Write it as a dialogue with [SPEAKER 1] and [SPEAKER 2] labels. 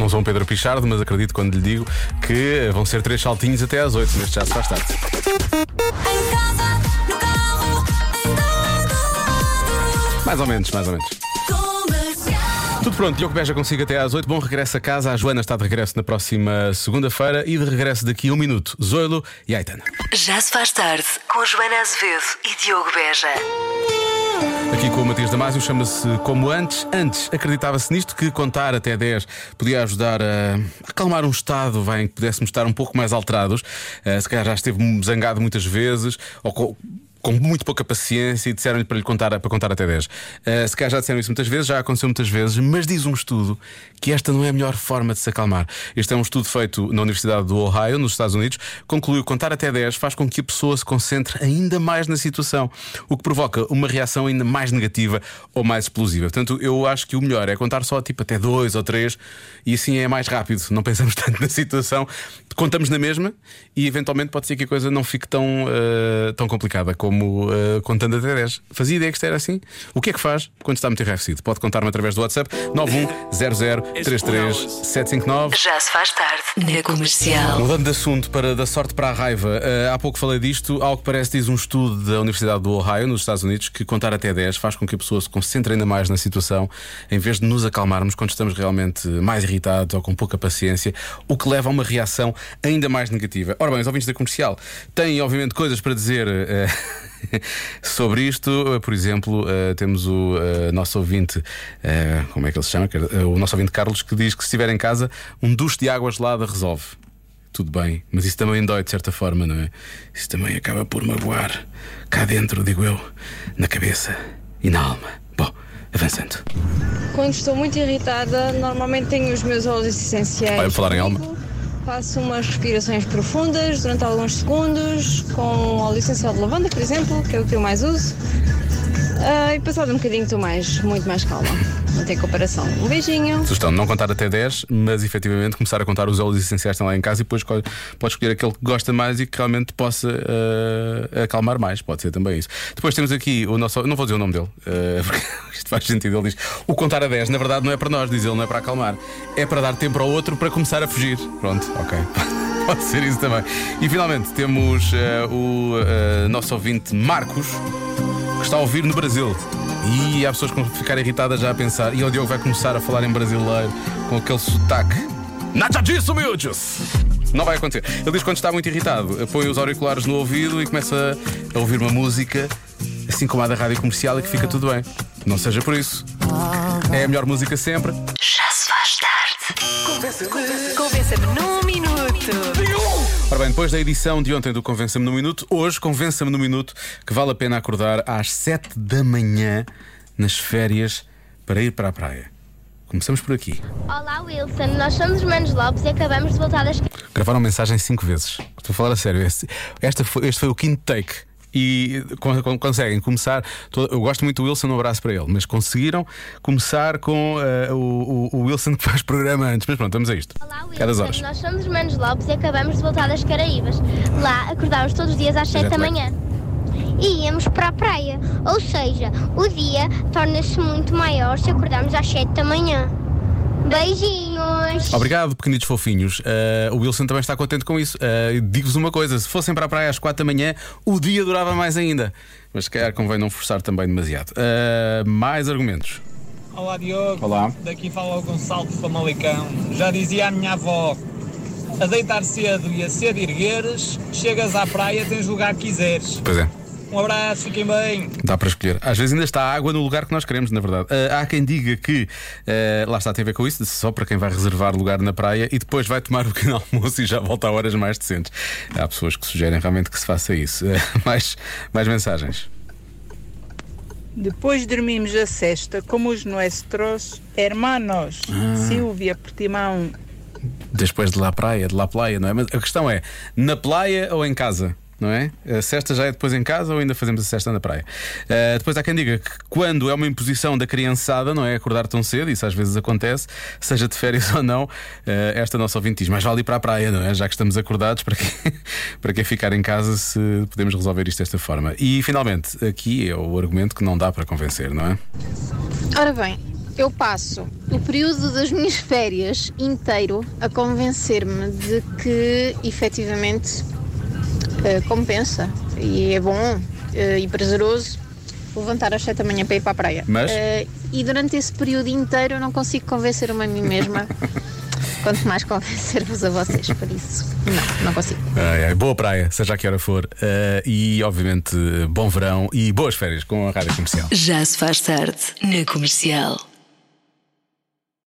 [SPEAKER 1] não sou um Pedro Pichardo, mas acredito quando lhe digo que vão ser 3 saltinhos até às 8, neste já se faz tarde.
[SPEAKER 2] Em casa, no carro, em todo
[SPEAKER 1] Mais ou menos.
[SPEAKER 2] Comercial.
[SPEAKER 1] Tudo pronto, Diogo Beja consigo até às 8. Bom regresso a casa. A Joana está de regresso na próxima segunda-feira e de regresso daqui a 1 minuto. Zoilo e Aitana.
[SPEAKER 3] Já se faz tarde com Joana Azevedo e Diogo Beja.
[SPEAKER 1] Aqui com o Matias Damasio, chama-se Como Antes. Antes acreditava-se nisto, que contar até 10 podia ajudar a acalmar um estado em que pudéssemos estar um pouco mais alterados. Se calhar já esteve zangado muitas vezes, ou com muito pouca paciência, e disseram-lhe para contar até 10. Se calhar já disseram isso muitas vezes, já aconteceu muitas vezes, mas diz um estudo que esta não é a melhor forma de se acalmar. Este é um estudo feito na Universidade do Ohio, nos Estados Unidos. Concluiu que contar até 10 faz com que a pessoa se concentre ainda mais na situação, o que provoca uma reação ainda mais negativa ou mais explosiva. Portanto, eu acho que o melhor é contar só tipo até 2 ou 3, e assim é mais rápido, não pensamos tanto na situação, contamos na mesma e eventualmente pode ser que a coisa não fique tão complicada como contando até 10. Fazia ideia que isto era assim? O que é que faz quando está muito enraivecido? Pode contar-me através do WhatsApp 910033759.
[SPEAKER 3] Já se faz tarde na Comercial.
[SPEAKER 1] Mudando de assunto da sorte para a raiva, há pouco falei disto. Ao que parece, diz um estudo da Universidade do Ohio, nos Estados Unidos, que contar até 10 faz com que a pessoa se concentre ainda mais na situação, em vez de nos acalmarmos quando estamos realmente mais irritados ou com pouca paciência, o que leva a uma reação ainda mais negativa. Ora bem, os ouvintes da Comercial têm obviamente coisas para dizer sobre isto. Por exemplo, temos o nosso ouvinte, como é que ele se chama? O nosso ouvinte Carlos, que diz que se estiver em casa, um duche de água gelada resolve. Tudo bem, mas isso também dói de certa forma, não é? Isso também acaba por magoar cá dentro, digo eu, na cabeça e na alma. Bom, avançando.
[SPEAKER 4] Quando estou muito irritada, normalmente tenho os meus óleos essenciais.
[SPEAKER 1] Olha, falar em alma.
[SPEAKER 4] Faço umas respirações profundas durante alguns segundos, com óleo essencial de lavanda, por exemplo, que é o que eu mais uso. E passado um bocadinho estou muito mais calma. Não tem comparação. Um beijinho.
[SPEAKER 1] Sugestão, não contar até 10, mas efetivamente começar a contar os óleos essenciais que estão lá em casa, e depois pode escolher aquele que gosta mais e que realmente possa acalmar mais. Pode ser também isso. Depois temos aqui o nosso. Não vou dizer o nome dele, porque isto faz sentido. Ele diz: o contar a 10 na verdade não é para nós, diz ele, não é para acalmar, é para dar tempo ao outro para começar a fugir. Pronto, ok. Pode ser isso também. E finalmente temos o nosso ouvinte Marcos, que está a ouvir no Brasil. E há pessoas que vão ficar irritadas já a pensar: e o Diogo vai começar a falar em brasileiro com aquele sotaque. Nada disso, miúdos! Não vai acontecer. Ele diz que quando está muito irritado, põe os auriculares no ouvido e começa a ouvir uma música, assim como a da rádio comercial, e que fica tudo bem. Não seja por isso. É a melhor música sempre.
[SPEAKER 3] Já se faz tarde. Convença-me num minuto.
[SPEAKER 1] Ora bem, depois da edição de ontem do Convença-me no Minuto, hoje convença-me no Minuto que vale a pena acordar às 7 da manhã nas férias para ir para a praia. Começamos por aqui.
[SPEAKER 5] Olá Wilson, nós somos os Manos Lopes e acabamos de voltar das...
[SPEAKER 1] Gravaram mensagem 5 vezes. Estou a falar a sério. Este foi o quinto take. E conseguem começar. Eu gosto muito do Wilson, um abraço para ele. Mas conseguiram começar com o Wilson que faz programa antes. Mas pronto, vamos a isto.
[SPEAKER 5] Olá
[SPEAKER 1] Cada
[SPEAKER 5] Wilson,
[SPEAKER 1] horas.
[SPEAKER 5] nós somos os Manos Lopes e acabamos de voltar das Caraíbas. Lá acordámos todos os dias às 7 da manhã.
[SPEAKER 6] E íamos para a praia, ou seja, o dia torna-se muito maior se acordarmos às 7 da manhã. Beijinhos!
[SPEAKER 1] Obrigado, pequenitos fofinhos. O Wilson também está contente com isso. Digo-vos uma coisa: se fossem para a praia às 4 da manhã, o dia durava mais ainda. Mas se calhar convém não forçar também demasiado. Mais argumentos.
[SPEAKER 7] Olá Diogo.
[SPEAKER 1] Olá.
[SPEAKER 7] Daqui fala o Gonçalo de Famalicão. Já dizia a minha avó: a deitar cedo e a cedo ergueres, chegas à praia, tens o lugar que quiseres.
[SPEAKER 1] Pois é.
[SPEAKER 7] Um abraço, fiquem bem.
[SPEAKER 1] Dá para escolher. Às vezes ainda está a água no lugar que nós queremos, na verdade. Há quem diga que lá está, tem a ver com isso, só para quem vai reservar lugar na praia e depois vai tomar o pequeno almoço e já volta a horas mais decentes. Há pessoas que sugerem realmente que se faça isso. Mais mensagens.
[SPEAKER 8] Depois dormimos a sesta como os nossos hermanos. Silvia Portimão.
[SPEAKER 1] Depois de lá praia, não é? Mas a questão é, na praia ou em casa? Não é? A cesta já é depois em casa ou ainda fazemos a cesta na praia? Depois há quem diga que quando é uma imposição da criançada, não é? Acordar tão cedo, isso às vezes acontece, seja de férias ou não. Esta nossa ouvinte diz: mas vale ir para a praia, não é? Já que estamos acordados, para que ficar em casa se podemos resolver isto desta forma? E finalmente, aqui é o argumento que não dá para convencer, não é?
[SPEAKER 9] Ora bem, eu passo o período das minhas férias inteiro a convencer-me de que efetivamente compensa e é bom e prazeroso levantar às 7 da manhã para ir para a praia.
[SPEAKER 1] Mas?
[SPEAKER 9] E durante esse período inteiro eu não consigo convencer-me a mim mesma. Quanto mais convencer-vos a vocês, por isso. Não consigo.
[SPEAKER 1] Boa praia, seja a que hora for. E, obviamente, bom verão e boas férias com a Rádio Comercial.
[SPEAKER 3] Já se faz tarde na Comercial.